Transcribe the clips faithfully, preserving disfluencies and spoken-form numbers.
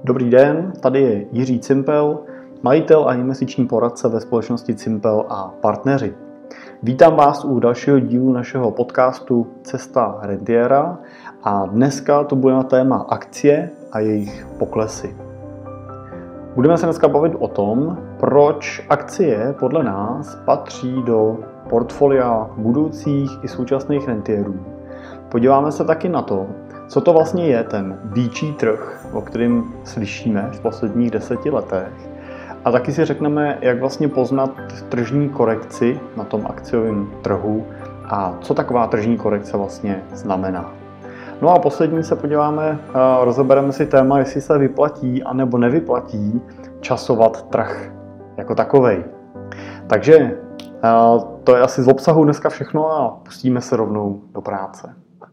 Dobrý den, tady je Jiří Cimpel, majitel a investiční poradce ve společnosti Cimpel a partneři. Vítám vás u dalšího dílu našeho podcastu Cesta rentiera a dneska to bude na téma akcie a jejich poklesy. Budeme se dneska bavit o tom, proč akcie podle nás patří do portfolia budoucích i současných rentierů. Podíváme se taky na to, co to vlastně je ten býčí trh, o kterém slyšíme v posledních deseti letech. A taky si řekneme, jak vlastně poznat tržní korekci na tom akciovém trhu a co taková tržní korekce vlastně znamená. No a poslední se podíváme, rozebereme si téma, jestli se vyplatí anebo nevyplatí časovat trh jako takovej. Takže to je asi z obsahu dneska všechno a pustíme se rovnou do práce.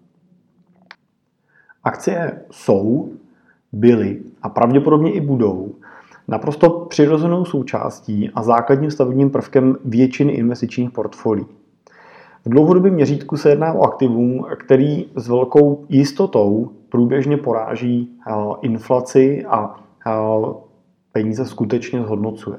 Akcie jsou, byly a pravděpodobně i budou naprosto přirozenou součástí a základním stavebním prvkem většiny investičních portfolií. V dlouhodobém měřítku se jedná o aktivum, který s velkou jistotou průběžně poráží inflaci a peníze skutečně zhodnocuje.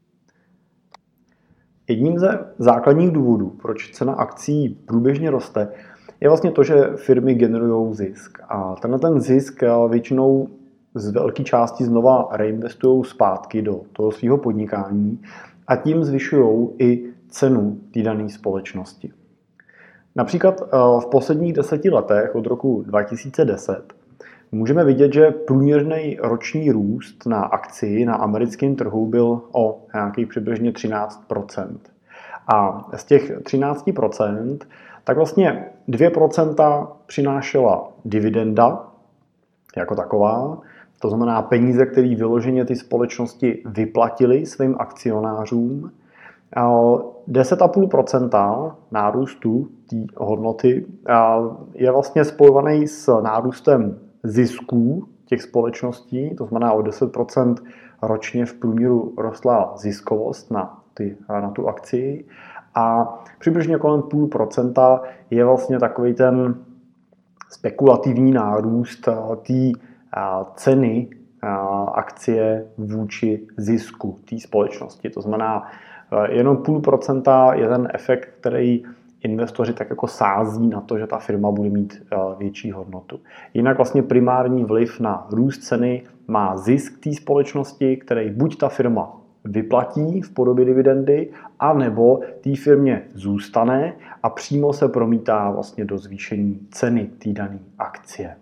Jedním ze základních důvodů, proč cena akcií průběžně roste, je vlastně to, že firmy generují zisk. A tenhle ten zisk většinou z velké části znova reinvestují zpátky do toho svého podnikání a tím zvyšují i cenu té dané společnosti. Například v posledních deseti letech od roku dva tisíce deset můžeme vidět, že průměrný roční růst na akcii na americkém trhu byl o nějakých přibližně třináct procent. A z těch třináct procent tak vlastně dvě procenta přinášela dividenda jako taková, to znamená peníze, které vyloženě ty společnosti vyplatily svým akcionářům. deset celá pět procenta nárůstu té hodnoty je vlastně spojovaný s nárůstem zisků těch společností, to znamená o deset procent ročně v průměru rostla ziskovost na, ty, na tu akcii. A přibližně kolem půl procenta je vlastně takový ten spekulativní nárůst té ceny akcie vůči zisku té společnosti. To znamená, jenom půl procenta je ten efekt, který investoři tak jako sází na to, že ta firma bude mít větší hodnotu. Jinak vlastně primární vliv na růst ceny má zisk té společnosti, který buď ta firma vyplatí v podobě dividendy, anebo té firmě zůstane a přímo se promítá vlastně do zvýšení ceny té dané akcie.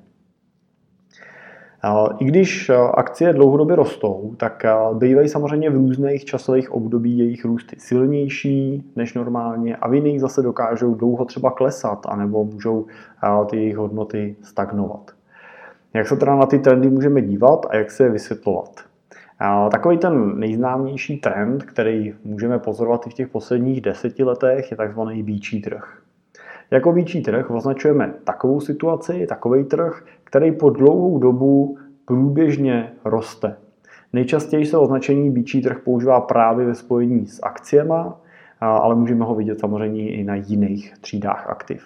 I když akcie dlouhodobě rostou, tak bývají samozřejmě v různých časových období jejich růsty silnější než normálně a v jiných zase dokážou dlouho třeba klesat anebo můžou ty jejich hodnoty stagnovat. Jak se teda na ty trendy můžeme dívat a jak se je vysvětlovat? Takový ten nejznámější trend, který můžeme pozorovat i v těch posledních deseti letech, je takzvaný býčí trh. Jako býčí trh označujeme takovou situaci, takový trh, který po dlouhou dobu průběžně roste. Nejčastěji se označení býčí trh používá právě ve spojení s akciema, ale můžeme ho vidět samozřejmě i na jiných třídách aktiv.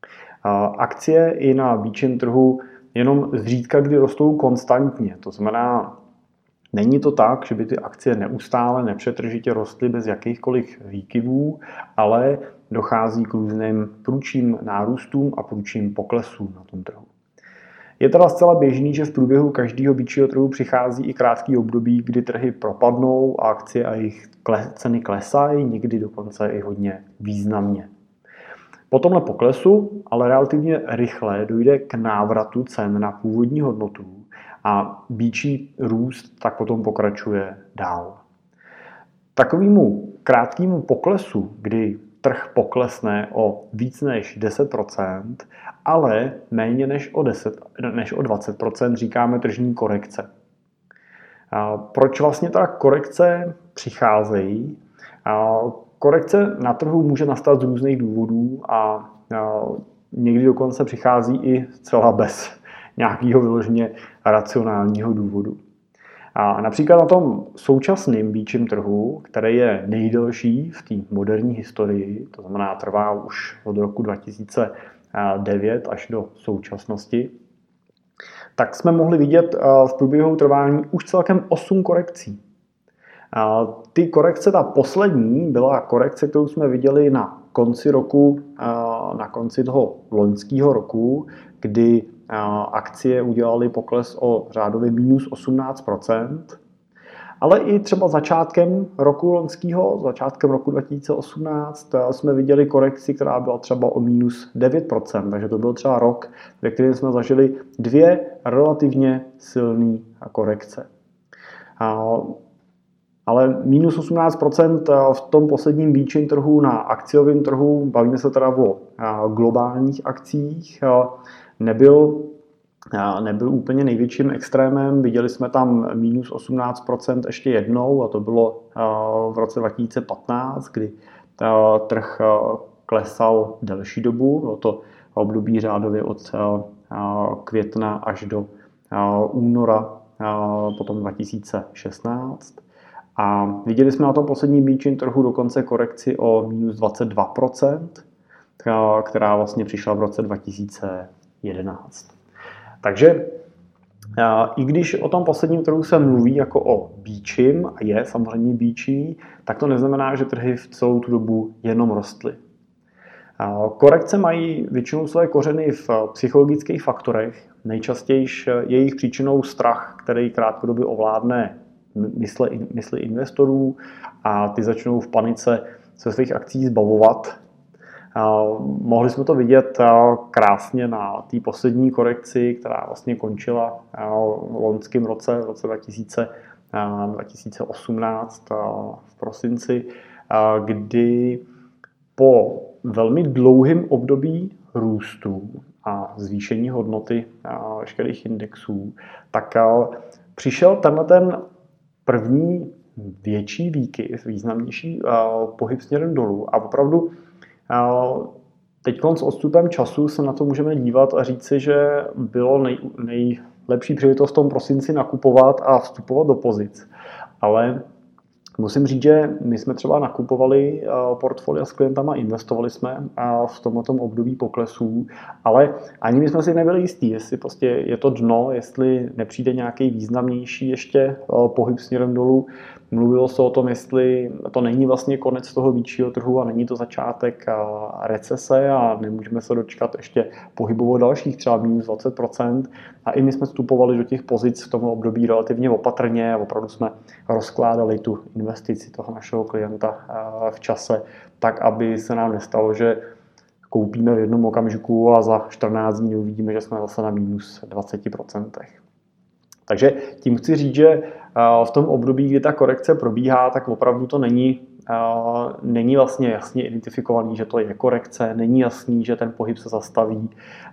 Akcie i na býčím trhu jenom zřídka kdy rostou konstantně, to znamená, není to tak, že by ty akcie neustále nepřetržitě rostly bez jakýchkoliv výkyvů, ale dochází k různým prudším nárůstům a prudším poklesům na tom trhu. Je teda zcela běžný, že v průběhu každého býčího trhu přichází i krátký období, kdy trhy propadnou a akcie a jejich ceny klesají, někdy dokonce i hodně významně. Po tomhle poklesu ale relativně rychle dojde k návratu cen na původní hodnotu a býčí růst tak potom pokračuje dál. Takovému krátkému poklesu, kdy trh poklesne o víc než deset procent, ale méně než o, deset, než o dvacet procent říkáme tržní korekce. A proč vlastně ta korekce přicházejí? A korekce na trhu může nastat z různých důvodů a, a někdy dokonce přichází i zcela bez nějakého vyloženě racionálního důvodu. A například na tom současném býčím trhu, který je nejdelší v té moderní historii, to znamená trvá už od roku dva tisíce devět až do současnosti, tak jsme mohli vidět v průběhu trvání už celkem osm korekcí. Ty korekce, ta poslední, byla korekce, kterou jsme viděli na konci roku, na konci toho loňského roku, kdy akcie udělaly pokles o řádově minus osmnáct procent. Ale i třeba začátkem roku loňského, začátkem roku dva tisíce osmnáct, jsme viděli korekci, která byla třeba o minus devět procent. Takže to byl třeba rok, ve kterém jsme zažili dvě relativně silné korekce. Ale minus osmnáct procent v tom posledním výčin trhu na akciovém trhu, bavíme se teda o globálních akcích, nebyl, nebyl úplně největším extrémem. Viděli jsme tam minus osmnáct procent ještě jednou a to bylo v roce dva tisíce patnáct, kdy trh klesal delší dobu. Bylo to období řádově od května až do února potom dva tisíce šestnáct. A viděli jsme na tom poslední výčin trhu dokonce korekci o minus dvacet dva procent, která vlastně přišla v roce dva tisíce jedenáct. Takže i když o tom posledním trhu se mluví jako o býčím, a je samozřejmě býčí, tak to neznamená, že trhy v celou tu dobu jenom rostly. Korekce mají většinou své kořeny v psychologických faktorech. Nejčastěji je jejich příčinou strach, který krátkodobě ovládne mysli, mysli investorů a ty začnou v panice se svých akcí zbavovat. Mohli jsme to vidět krásně na té poslední korekci, která vlastně končila v loňském roce, v roce dva tisíce osmnáct v prosinci, kdy po velmi dlouhém období růstu a zvýšení hodnoty veškerých indexů, tak přišel tenhle ten první větší výkyv, významnější pohyb směrem dolů a opravdu teď s odstupem času se na to můžeme dívat a říci, že bylo nej, nejlepší příležitost v tom prosinci nakupovat a vstupovat do pozic. Ale musím říct, že my jsme třeba nakupovali portfolia s klientama, investovali jsme v tomto období poklesů, ale ani my jsme si nebyli jistí, jestli prostě je to dno, jestli nepřijde nějaký významnější ještě pohyb směrem dolů. Mluvilo se o tom, jestli to není vlastně konec toho většího trhu a není to začátek recese a nemůžeme se dočkat ještě pohybovo dalších třeba minus dvacet procent. A i my jsme vstupovali do těch pozic v tom období relativně opatrně a opravdu jsme rozkládali tu investici toho našeho klienta v čase tak, aby se nám nestalo, že koupíme v jednom okamžiku a za čtrnáct dní uvidíme, že jsme zase na minus dvacet procent. Takže tím chci říct, že v tom období, kdy ta korekce probíhá, tak opravdu to není, není vlastně jasně identifikovaný, že to je korekce, není jasný, že ten pohyb se zastaví.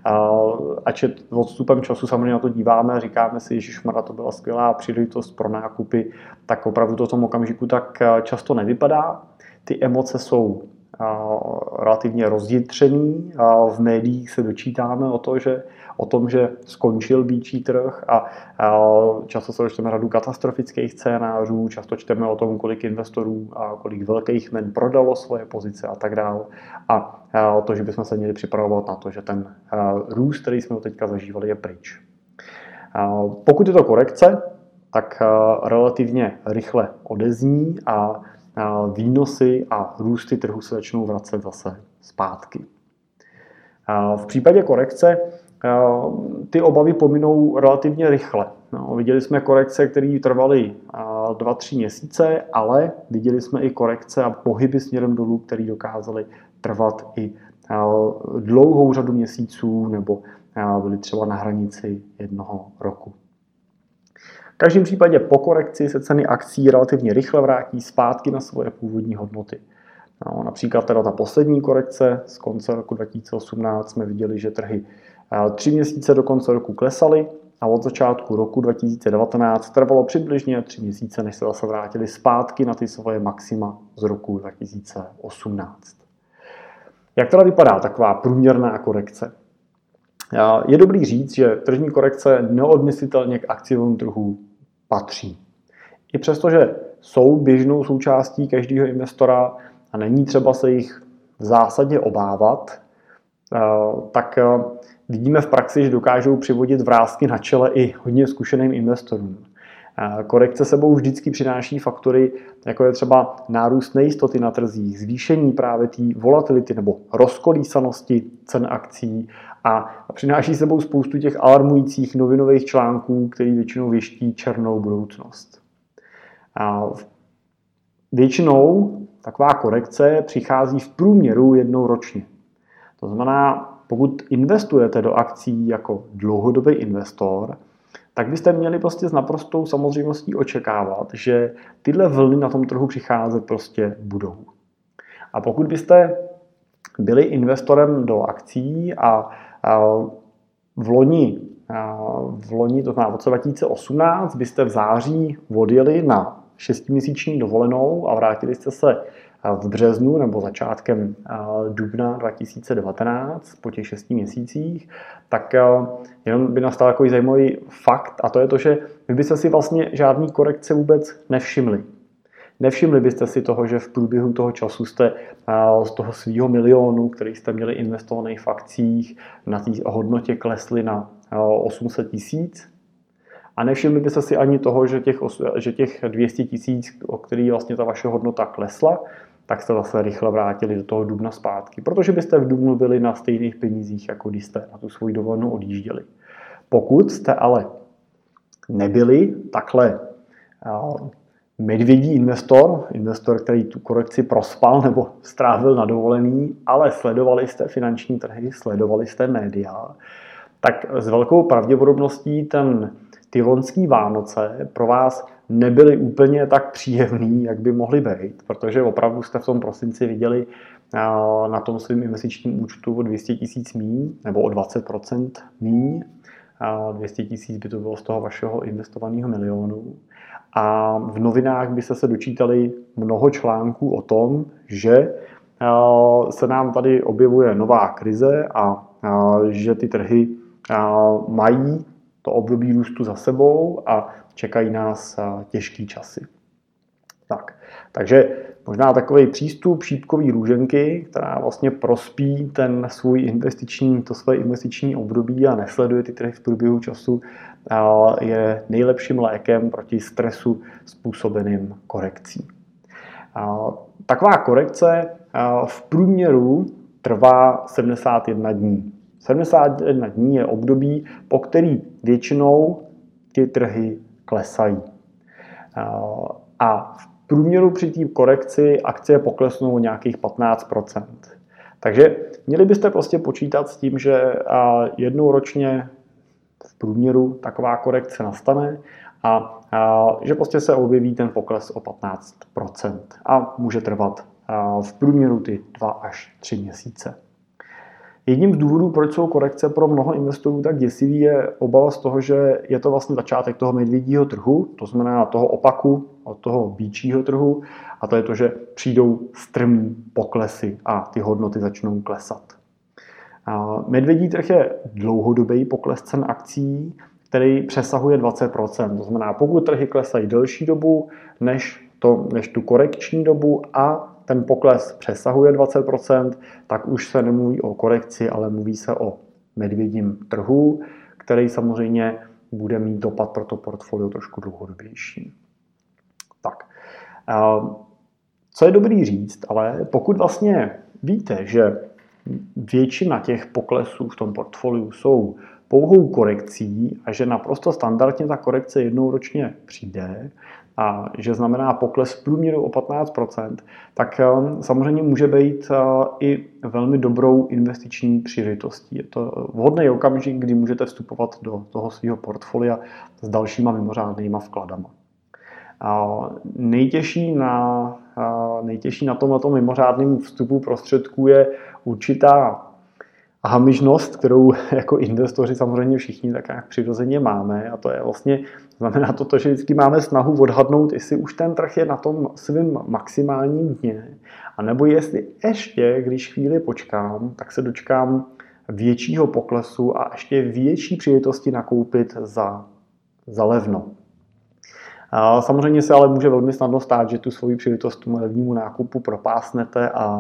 Ač odstupem času samozřejmě na to díváme a říkáme si, ježišmarja, to byla skvělá příležitost pro nákupy, tak opravdu to v tom okamžiku tak často nevypadá. Ty emoce jsou relativně rozjitřený. V médiích se dočítáme o, to, že, o tom, že skončil býčí trh a často se dočteme řadu katastrofických scénářů, často čteme o tom, kolik investorů a kolik velkých jmen prodalo svoje pozice a tak dále. A to, že bychom se měli připravovat na to, že ten růst, který jsme teďka zažívali, je pryč. Pokud je to korekce, tak relativně rychle odezní a výnosy a růsty trhu se začnou vracet zase zpátky. V případě korekce ty obavy pominou relativně rychle. No, viděli jsme korekce, které trvaly dva tři měsíce, ale viděli jsme i korekce a pohyby směrem dolů, které dokázaly trvat i dlouhou řadu měsíců nebo byly třeba na hranici jednoho roku. V každém případě po korekci se ceny akcí relativně rychle vrátí zpátky na svoje původní hodnoty. No, například teda ta poslední korekce z konce roku dva tisíce osmnáct jsme viděli, že trhy tři měsíce do konce roku klesaly a od začátku roku dva tisíce devatenáct trvalo přibližně tři měsíce, než se zase vrátili zpátky na ty svoje maxima z roku dva tisíce osmnáct. Jak teda vypadá taková průměrná korekce? Je dobrý říct, že tržní korekce neodmyslitelně k akciovému trhu patří. I přesto, že jsou běžnou součástí každého investora a není třeba se jich v zásadě obávat, tak vidíme v praxi, že dokážou přivodit vrásky na čele i hodně zkušeným investorům. Korekce sebou vždycky přináší faktory, jako je třeba nárůst nejistoty na trzích, zvýšení právě té volatility nebo rozkolísanosti cen akcí a přináší sebou spoustu těch alarmujících novinových článků, který většinou věští černou budoucnost. A většinou taková korekce přichází v průměru jednou ročně. To znamená, pokud investujete do akcí jako dlouhodobý investor, tak byste měli prostě s naprostou samozřejmostí očekávat, že tyhle vlny na tom trhu přicházet prostě budou. A pokud byste byli investorem do akcí a, a v loni, a v loni, to znamená v roce dva tisíce osmnáct, byste v září odjeli na šestiměsíční dovolenou a vrátili jste se v březnu nebo začátkem dubna dva tisíce devatenáct po těch šesti měsících, tak jenom by nastal takový zajímavý fakt, a to je to, že vy byste si vlastně žádný korekce vůbec nevšimli. Nevšimli byste si toho, že v průběhu toho času jste z toho svýho milionu, který jste měli investovaný v akcích, na té hodnotě klesli na osm set tisíc. A nevšimli byste si ani toho, že těch, že těch dvě stě tisíc, o který vlastně ta vaše hodnota klesla, tak jste zase rychle vrátili do toho dubna zpátky. Protože byste v dubnu byli na stejných penězích, jako když jste na tu svoji dovolenou odjížděli. Pokud jste ale nebyli takhle medvědí investor, investor, který tu korekci prospal nebo strávil na dovolený, ale sledovali jste finanční trhy, sledovali jste média, tak s velkou pravděpodobností ten ty loňský Vánoce pro vás nebyly úplně tak příjemný, jak by mohly být, protože opravdu jste v tom prosinci viděli na tom svém investičním účtu o dvě stě tisíc míň, nebo o dvacet procent míň. dvě stě tisíc by to bylo z toho vašeho investovaného milionu. A v novinách byste se dočítali mnoho článků o tom, že se nám tady objevuje nová krize a že ty trhy mají to období růstu za sebou a čekají nás těžký časy. Tak, takže možná takový přístup šípkový růženky, která vlastně prospí ten svůj investiční, to své investiční období a nesleduje ty trhy v průběhu času, je nejlepším lékem proti stresu způsobeným korekcí. Taková korekce v průměru trvá sedmdesát jedna dní. sedmdesát jedna dní je období, po který většinou ty trhy klesají. A v průměru při té korekci akcie poklesnou o nějakých patnáct procent. Takže měli byste prostě počítat s tím, že jednou ročně v průměru taková korekce nastane a že prostě se objeví ten pokles o patnáct procent a může trvat v průměru ty dva až tři měsíce. Jedním z důvodů, proč jsou korekce pro mnoho investorů tak děsivý, je obava z toho, že je to vlastně začátek toho medvědího trhu, to znamená toho opaku od toho býčího trhu, a to je to, že přijdou strmý poklesy a ty hodnoty začnou klesat. Medvědí trh je dlouhodobý pokles cen akcí, který přesahuje dvacet procent. To znamená, pokud trhy klesají delší dobu než, to, než tu korekční dobu a ten pokles přesahuje dvacet procent, tak už se nemluví o korekci, ale mluví se o medvědím trhu, který samozřejmě bude mít dopad pro to portfolio trošku dlouhodobější. Tak, co je dobrý říct, ale pokud vlastně víte, že většina těch poklesů v tom portfoliu jsou pouhou korekcí a že naprosto standardně ta korekce jednou ročně přijde a že znamená pokles v průměru o patnáct procent, tak samozřejmě může být i velmi dobrou investiční příležitostí. Je to vhodný okamžik, kdy můžete vstupovat do toho svého portfolia s dalšíma mimořádnýma vkladama. Nejtěžší na, nejtěžší na tomto mimořádném vstupu prostředků je určitá hamižnost, kterou jako investoři samozřejmě všichni tak nějak přirozeně máme, a to je vlastně, znamená to, to, že vždycky máme snahu odhadnout, jestli už ten trh je na tom svým maximálním dně, anebo jestli ještě, když chvíli počkám, tak se dočkám většího poklesu a ještě větší příležitosti nakoupit za, za levno. A samozřejmě se ale může velmi snadno stát, že tu svoji příležitost tomu levnímu nákupu propásnete a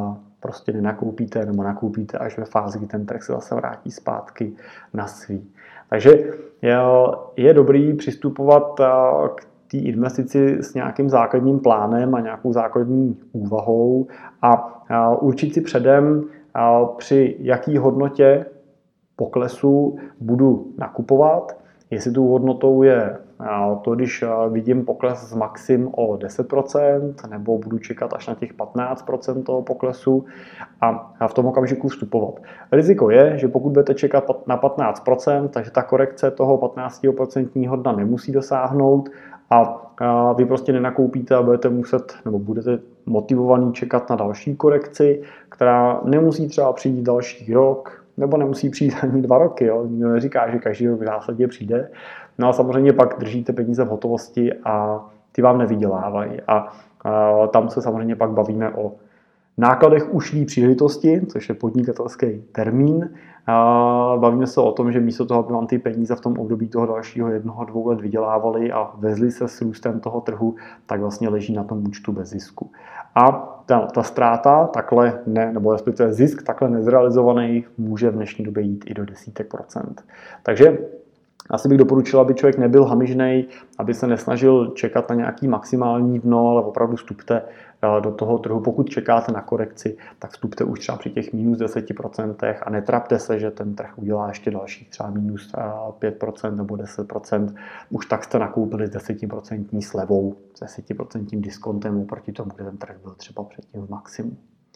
prostě nenakoupíte nebo nakoupíte až ve fázi, kdy ten trh se zase vrátí zpátky na svý. Takže je, je dobrý přistupovat k té investici s nějakým základním plánem a nějakou základní úvahou a určit si předem, při jaký hodnotě poklesu budu nakupovat, jestli tou hodnotou je to, když vidím pokles z maxim o deset procent, nebo budu čekat až na těch patnáct procent toho poklesu a v tom okamžiku vstupovat. Riziko je, že pokud budete čekat na patnáct procent, takže ta korekce toho patnáct procent dna nemusí dosáhnout a vy prostě nenakoupíte a budete muset, nebo budete motivovaný čekat na další korekci, která nemusí třeba přijít další rok, nebo nemusí přijít ani dva roky. Jo? Nikdo neříká, že každý rok v zásadě přijde. No a samozřejmě pak držíte peníze v hotovosti a ty vám nevydělávají. A, a tam se samozřejmě pak bavíme o nákladech ušlý příležitosti, což je podnikatelský termín. A bavíme se o tom, že místo toho, aby vám ty peníze v tom období toho dalšího jednoho, dvou let vydělávali a vezli se s růstem toho trhu, tak vlastně leží na tom účtu bez zisku. A ta, ta ztráta, takhle ne, nebo respektive zisk takhle nezrealizovaný, může v dnešní době jít i do desítek procent. Takže asi bych doporučil, aby člověk nebyl hamižnej, aby se nesnažil čekat na nějaký maximální dno, ale opravdu vstupte do toho trhu. Pokud čekáte na korekci, tak vstupte už třeba při těch minus deset procent a netrapte se, že ten trh udělá ještě dalších třeba minus pět procent nebo deset procent. Už tak jste nakoupili s deset procent slevou, s deset procent diskontem oproti tomu, kde ten trh byl třeba předtím v maximu.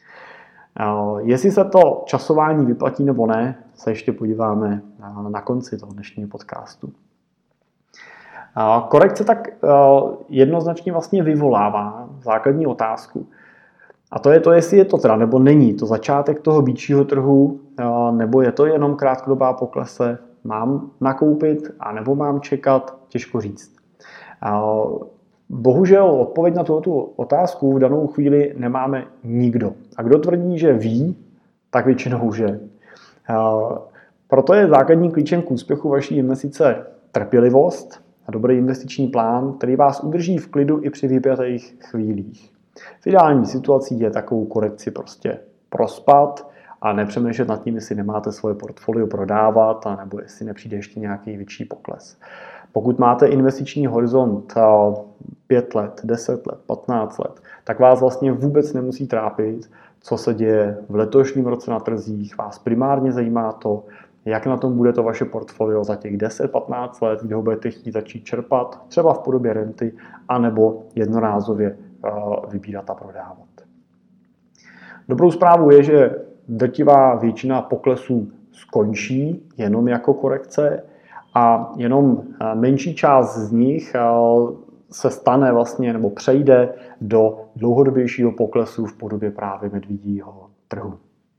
Jestli se to časování vyplatí nebo ne, se ještě podíváme na konci toho dnešního podcastu. Korekce tak jednoznačně vlastně vyvolává základní otázku. A to je to, jestli je to teda nebo není to začátek toho býčího trhu, nebo je to jenom krátkodobá poklese, mám nakoupit a nebo mám čekat, těžko říct. Bohužel odpověď na tuto otázku v danou chvíli nemáme nikdo. A kdo tvrdí, že ví, tak většinou že. Proto je základním klíčem k úspěchu vaší investice trpělivost a dobrý investiční plán, který vás udrží v klidu i při vypjatých chvílích. V ideální situaci je takovou korekci prostě prospat a nepřemýšlet nad tím, jestli nemáte svoje portfolio prodávat, nebo jestli nepřijde ještě nějaký větší pokles. Pokud máte investiční horizont pět let, deset let, patnáct let, tak vás vlastně vůbec nemusí trápit, co se děje v letošním roce na trzích. Vás primárně zajímá to, jak na tom bude to vaše portfolio za těch deset patnáct let, kdy ho budete chtít začít čerpat, třeba v podobě renty, anebo jednorázově vybírat a prodávat. Dobrou zprávou je, že drtivá většina poklesů skončí jenom jako korekce a jenom menší část z nich se stane vlastně nebo přejde do dlouhodobějšího poklesu v podobě právě medvědího trhu.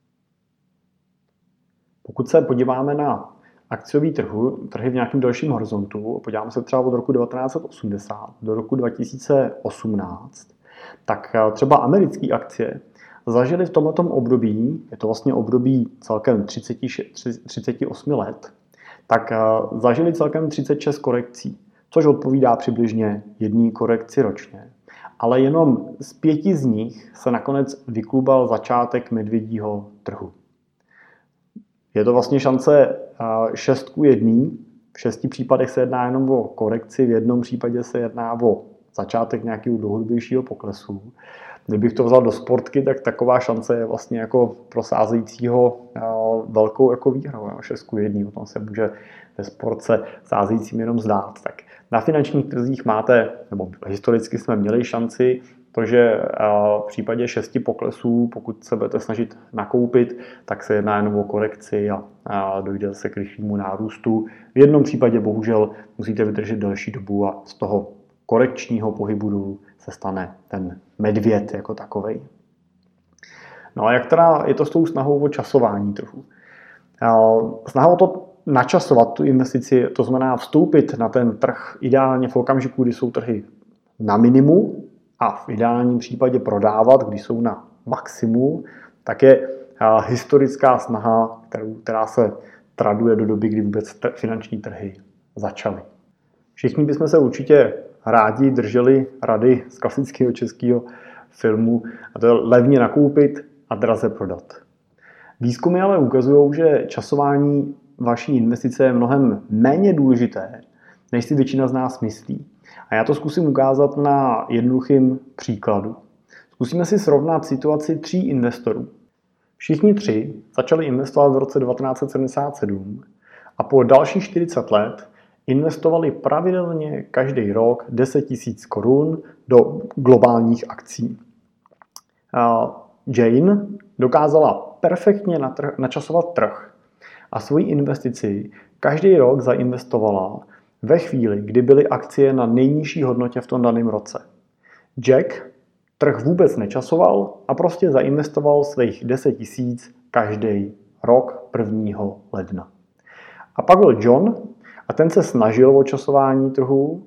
Pokud se podíváme na akciový trhu, trhy v nějakém dalším horizontu, podíváme se třeba od roku devatenáct set osmdesát do roku dva tisíce osmnáct, tak třeba americké akcie zažily v tomto období, je to vlastně období celkem třicet osm let, tak zažili celkem třicet šest korekcí, což odpovídá přibližně jedné korekci ročně. Ale jenom z pěti z nich se nakonec vyklubal začátek medvědího trhu. Je to vlastně šance šest ku jedný. V šesti případech se jedná jenom o korekci, v jednom případě se jedná o začátek nějakého dlouhodobějšího poklesu. Kdybych to vzal do sportky, tak taková šance je vlastně jako pro sázejícího velkou jako výhrou. šest ku jedné, o tom se může ve sportce sázejícím jenom zdát. Tak na finančních trzích máte, nebo historicky jsme měli šanci, to, že v případě šesti poklesů, pokud se budete snažit nakoupit, tak se jedná jenom o korekci a dojde se k rychlému nárůstu. V jednom případě bohužel musíte vydržet delší dobu a z toho korekčního pohybu dolů se stane ten medvěd jako takovej. No a jak teda je to s tou snahou o časování trhu? Snaha o to načasovat tu investici, to znamená vstoupit na ten trh ideálně v okamžiku, kdy jsou trhy na minimu a v ideálním případě prodávat, když jsou na maximu, tak je historická snaha, kterou, která se traduje do doby, kdy vůbec finanční trhy začaly. Všichni bychom se určitě rádi drželi rady z klasického českého filmu, a to je levně nakoupit a draze prodat. Výzkumy ale ukazují, že časování vaší investice je mnohem méně důležité, než si většina z nás myslí. A já to zkusím ukázat na jednoduchém příkladu. Zkusíme si srovnat situaci tří investorů. Všichni tři začali investovat v roce devatenáct set sedmdesát sedm a po dalších čtyřicet let investovali pravidelně každý rok deset tisíc korun do globálních akcí. Jane dokázala perfektně načasovat trh a svoji investici každý rok zainvestovala ve chvíli, kdy byly akcie na nejnižší hodnotě v tom daném roce. Jack trh vůbec nečasoval a prostě zainvestoval svých deset tisíc každý rok prvního ledna. A pak byl John a ten se snažil o časování trhu,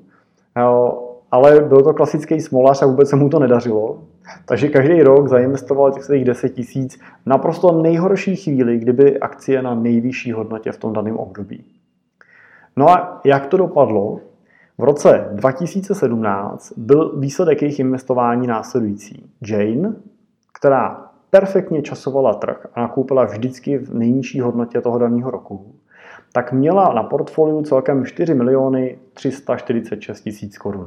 ale byl to klasický smolař a vůbec se mu to nedařilo. Takže každý rok zainvestoval těch svých deset tisíc v naprosto nejhorší chvíli, kdyby akcie na nejvyšší hodnotě v tom daném období. No a jak to dopadlo? V roce dva tisíce sedmnáct byl výsledek jejich investování následující. Jane, která perfektně časovala trh a nakoupila vždycky v nejnižší hodnotě toho daného roku, tak měla na portfoliu celkem čtyři miliony tři sta čtyřicet šest tisíc korun.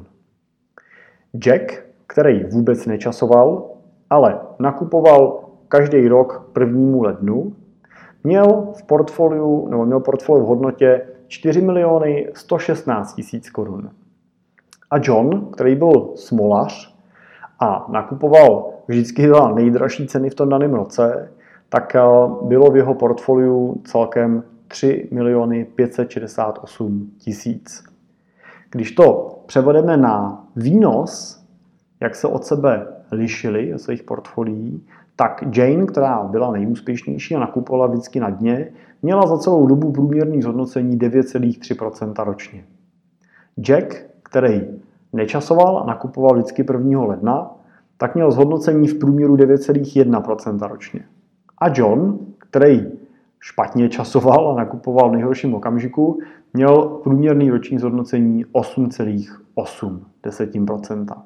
Jack, který vůbec nečasoval, ale nakupoval každý rok k prvnímu lednu, měl v portfoliu, nebo měl portfolio v hodnotě čtyři miliony sto šestnáct tisíc korun. A John, který byl smolař a nakupoval vždycky za nejdražší ceny v tom daném roce, tak bylo v jeho portfoliu celkem tři miliony pět set šedesát osm tisíc. Když to převedeme na výnos, jak se od sebe lišili od svých portfolií, tak Jane, která byla nejúspěšnější a nakupovala vždycky na dně, měla za celou dobu průměrný zhodnocení devět celá tři procenta ročně. Jack, který nečasoval a nakupoval vždycky prvního ledna, tak měl zhodnocení v průměru devět celá jedna procenta ročně. A John, který špatně časoval a nakupoval v nejhorším okamžiku, měl průměrný roční zhodnocení osm celá osm procenta.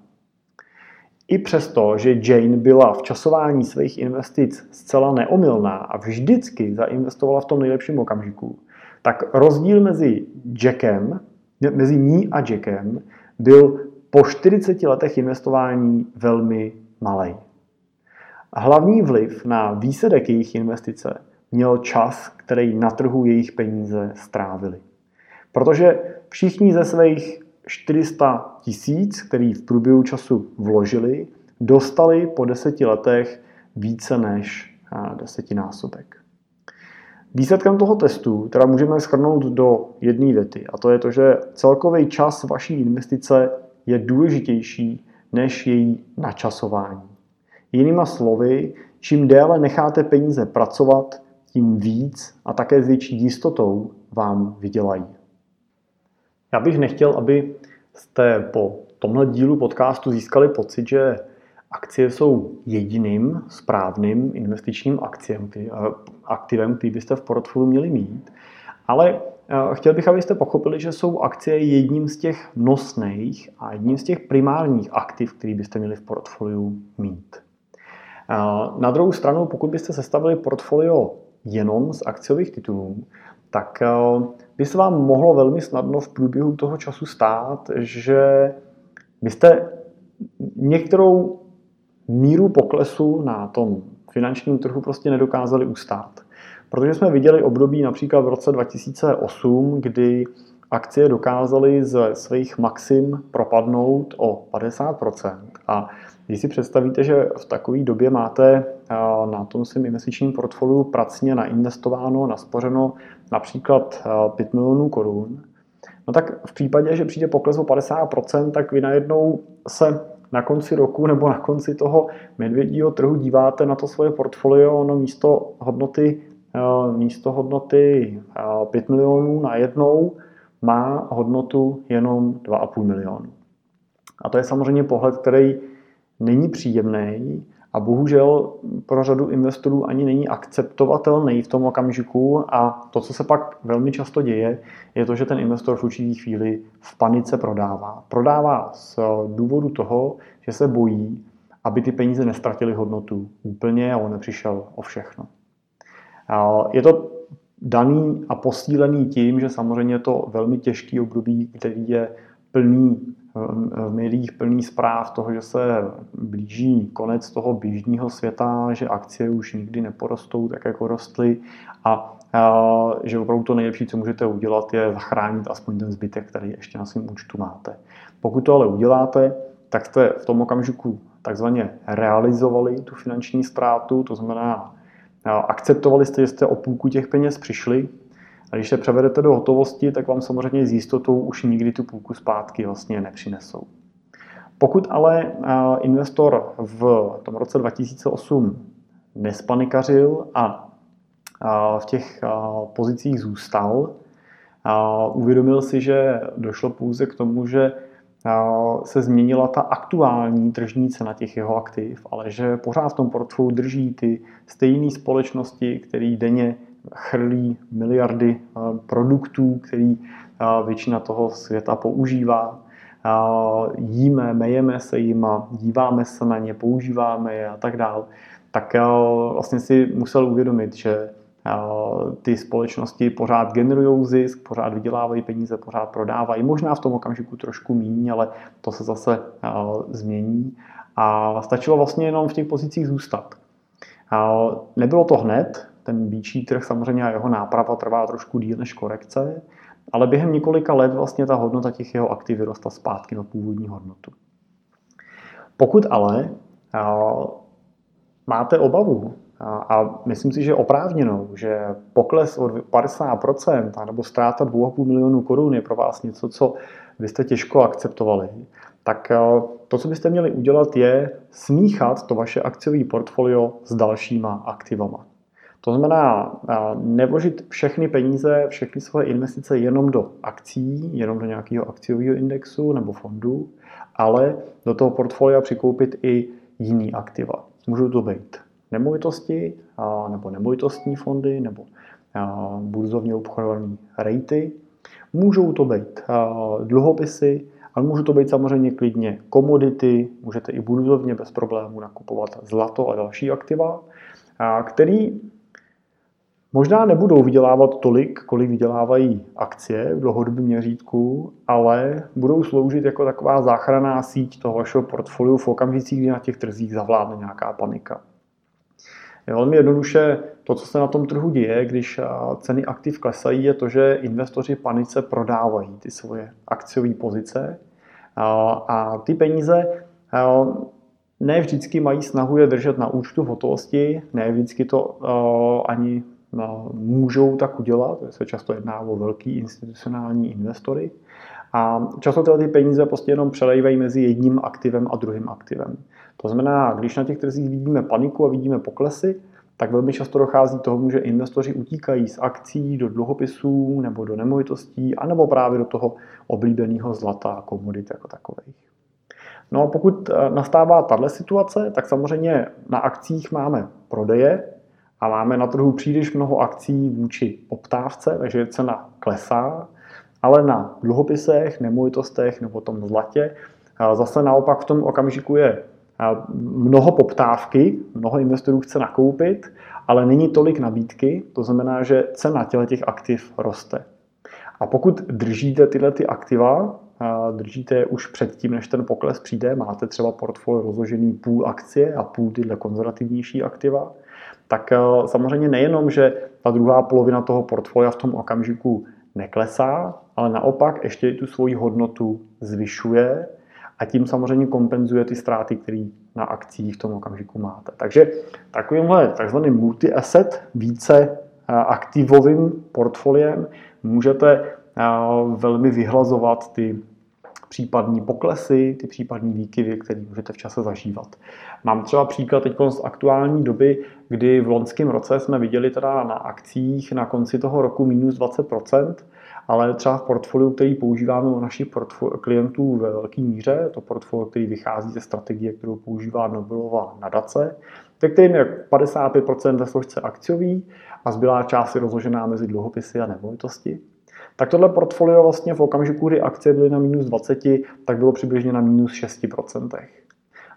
I přesto, že Jane byla v časování svých investic zcela neomylná a vždycky zainvestovala v tom nejlepším okamžiku, tak rozdíl mezi Jackem, mezi ní a Jackem byl po čtyřiceti letech investování velmi malý. Hlavní vliv na výsledek jejich investice měl čas, který na trhu jejich peníze strávili. Protože všichni ze svých čtyři sta tisíc, který v průběhu času vložili, dostali po deseti letech více než desetinásobek. Výsledkem toho testu teda můžeme shrnout do jedné věty, a to je to, že celkový čas vaší investice je důležitější než její načasování. Jinými slovy, čím déle necháte peníze pracovat, tím víc a také s větší jistotou vám vydělají. Já bych nechtěl, aby jste po tomhle dílu podcastu získali pocit, že akcie jsou jediným správným investičním akciem, aktivem, který byste v portfoliu měli mít. Ale chtěl bych, abyste pochopili, že jsou akcie jedním z těch nosných a jedním z těch primárních aktiv, který byste měli v portfoliu mít. Na druhou stranu, pokud byste sestavili portfolio jenom z akciových titulů, tak by se vám mohlo velmi snadno v průběhu toho času stát, že byste některou míru poklesu na tom finančním trhu prostě nedokázali ustát. Protože jsme viděli období například v roce dva tisíce osm, kdy akcie dokázaly ze svých maxim propadnout o padesát procent. A když si představíte, že v takové době máte na tom svém investičním portfoliu pracně nainvestováno, naspořeno například pět milionů korun, no tak v případě, že přijde pokles o padesát procent, tak vy najednou se na konci roku nebo na konci toho medvědího trhu díváte na to svoje portfolio, ono místo hodnoty, místo hodnoty pět milionů najednou má hodnotu jenom dva a půl milionu. A to je samozřejmě pohled, který není příjemný a bohužel pro řadu investorů ani není akceptovatelný v tom okamžiku a to, co se pak velmi často děje, je to, že ten investor v určitý chvíli v panice prodává. Prodává z důvodu toho, že se bojí, aby ty peníze nestratily hodnotu úplně a on nepřišel o všechno. Je to daný a posílený tím, že samozřejmě je to velmi těžký období, který je plný v médiích, plný zpráv toho, že se blíží konec toho běžného světa, že akcie už nikdy neporostou tak, jako rostly a, a že opravdu to nejlepší, co můžete udělat, je zachránit aspoň ten zbytek, který ještě na svém účtu máte. Pokud to ale uděláte, tak jste v tom okamžiku takzvaně realizovali tu finanční ztrátu, to znamená, akceptovali jste, že jste o půlku těch peněz přišli a když se převedete do hotovosti, tak vám samozřejmě s jistotou už nikdy tu půlku zpátky vlastně nepřinesou. Pokud ale investor v tom roce dva tisíce osm nespanikařil a v těch pozicích zůstal, uvědomil si, že došlo pouze k tomu, že se změnila ta aktuální tržní cena těch jeho aktiv, ale že pořád v tom portfoliu drží ty stejné společnosti, které denně chrlí miliardy produktů, který většina toho světa používá. Jíme, mejeme se jima, díváme se na ně, používáme je a tak dále. Tak vlastně si musel uvědomit, že ty společnosti pořád generují zisk, pořád vydělávají peníze, pořád prodávají. Možná v tom okamžiku trošku míň, ale to se zase změní. A stačilo vlastně jenom v těch pozicích zůstat. Nebylo to hned, ten býčí trh samozřejmě a jeho náprava trvá trošku díl než korekce, ale během několika let vlastně ta hodnota těch jeho aktiv vyrostla zpátky na původní hodnotu. Pokud ale máte obavu, a myslím si, že oprávněnou, že pokles o padesát procent nebo ztráta dvě a půl milionu korun je pro vás něco, co byste těžko akceptovali, tak to, co byste měli udělat, je smíchat to vaše akciové portfolio s dalšíma aktivama. To znamená nevložit všechny peníze, všechny svoje investice jenom do akcí, jenom do nějakého akciového indexu nebo fondu, ale do toho portfolia přikoupit i jiný aktiva. Můžou to být nemovitosti, nebo nemovitostní fondy, nebo burzovně obchodované rejty. Můžou to být dluhopisy, ale můžou to být samozřejmě klidně komodity, můžete i burzovně bez problémů nakupovat zlato a další aktiva, který možná nebudou vydělávat tolik, kolik vydělávají akcie v dlouhodobém měřítku, ale budou sloužit jako taková záchranná síť toho vašeho portfoliu v okamžicích, kdy na těch trzích zavládne nějaká panika. Je velmi jednoduše to, co se na tom trhu děje, když ceny aktiv klesají, je to, že investoři panice prodávají ty svoje akciové pozice a ty peníze ne vždycky mají snahu je držet na účtu v hotovosti, ne vždycky to ani můžou tak udělat, se často jedná o velký institucionální investory. A často tyhle ty peníze prostě jenom přelejvají mezi jedním aktivem a druhým aktivem. To znamená, když na těch trzích vidíme paniku a vidíme poklesy, tak velmi často dochází k tomu, že investoři utíkají z akcí do dluhopisů nebo do nemovitostí, anebo právě do toho oblíbeného zlata a komodit jako takových. No a pokud nastává tahle situace, tak samozřejmě na akcích máme prodeje a máme na trhu příliš mnoho akcí vůči poptávce, takže cena klesá, ale na dluhopisech, nemovitostech nebo tom zlatě zase naopak v tom okamžiku je mnoho poptávky, mnoho investorů chce nakoupit, ale není tolik nabídky, to znamená, že cena těch aktiv roste. A pokud držíte tyhle ty aktiva, držíte je už předtím, než ten pokles přijde, máte třeba portfolio rozložený půl akcie a půl tyhle konzervativnější aktiva, tak samozřejmě nejenom, že ta druhá polovina toho portfolia v tom okamžiku neklesá, ale naopak ještě tu svoji hodnotu zvyšuje a tím samozřejmě kompenzuje ty ztráty, které na akcích v tom okamžiku máte. Takže takovýmhle takzvaným multi-asset, více aktivovým portfoliem můžete velmi vyhlazovat ty případní poklesy, ty případní výkyvy, které můžete v čase zažívat. Mám třeba příklad teď z aktuální doby, kdy v loňském roce jsme viděli teda na akcích na konci toho roku minus dvacet procent, ale třeba v portfoliu, který používáme u našich klientů ve velké míře, to portfolio, který vychází ze strategie, kterou používá Nobelova nadace, ve kterým je padesát pět procent ve složce akciový a zbylá část je rozložená mezi dluhopisy a nemovitosti. Tak tohle portfolio vlastně v okamžiku, kdy akcie byly na minus dvacet, tak bylo přibližně na minus šest procent.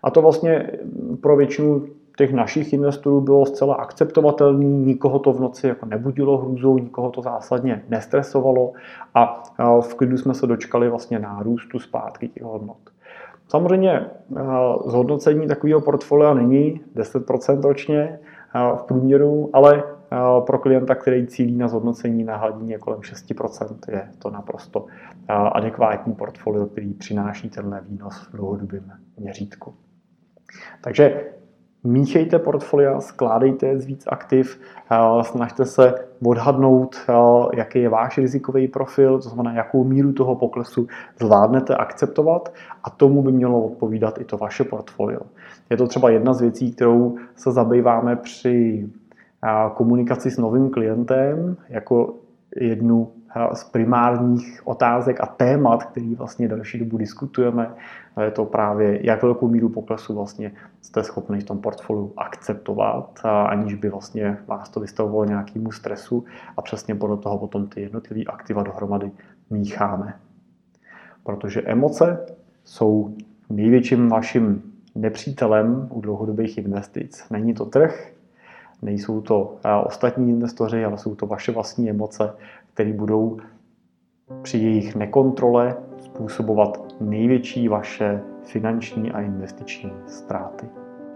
A to vlastně pro většinu těch našich investorů bylo zcela akceptovatelné, nikoho to v noci jako nebudilo hrůzou, nikoho to zásadně nestresovalo a v klidu jsme se dočkali vlastně nárůstu zpátky těch hodnot. Samozřejmě zhodnocení takového portfolia není deset procent ročně v průměru, ale pro klienta, který cílí na zhodnocení na hladině kolem šest procent, je to naprosto adekvátní portfolio, který přináší tenhle výnos v dlouhodobém měřítku. Takže míchejte portfolia, skládejte z víc aktiv, snažte se odhadnout, jaký je váš rizikový profil, to znamená, jakou míru toho poklesu zvládnete akceptovat a tomu by mělo odpovídat i to vaše portfolio. Je to třeba jedna z věcí, kterou se zabýváme při komunikaci s novým klientem jako jednu z primárních otázek a témat, který vlastně další dobu diskutujeme. Je to právě, jak velkou míru poklesu vlastně jste schopni v tom portfoliu akceptovat, aniž by vlastně vás to vystavovalo nějakému stresu a přesně podle toho potom ty jednotlivé aktiva dohromady mícháme. Protože emoce jsou největším vaším nepřítelem u dlouhodobých investic. Není to trh, nejsou to ostatní investoři, ale jsou to vaše vlastní emoce, které budou při jejich nekontrole způsobovat největší vaše finanční a investiční ztráty.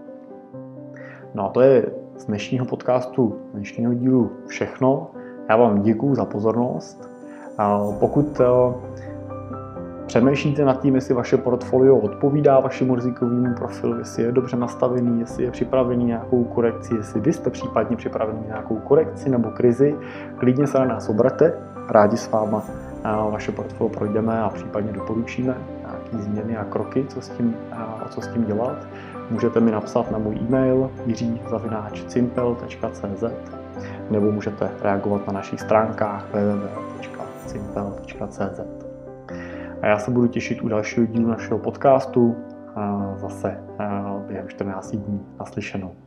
No a to je z dnešního podcastu, dnešního dílu všechno. Já vám děkuju za pozornost. Pokud přemýšlíte nad tím, jestli vaše portfolio odpovídá vašemu rizikovému profilu, jestli je dobře nastavený, jestli je připravený nějakou korekci, jestli vy jste případně připravený nějakou korekci nebo krizi, klidně se na nás obraťte. Rádi s váma vaše portfolio projdeme a případně doporučíme nějaké změny a kroky, co s tím, co s tím dělat. Můžete mi napsat na můj e-mail jiří zavináč cimpel tečka cé zet nebo můžete reagovat na našich stránkách w w w tečka cimpel tečka cé zet. A já se budu těšit u dalšího dílu našeho podcastu zase během čtrnácti dní. Naslyšenou.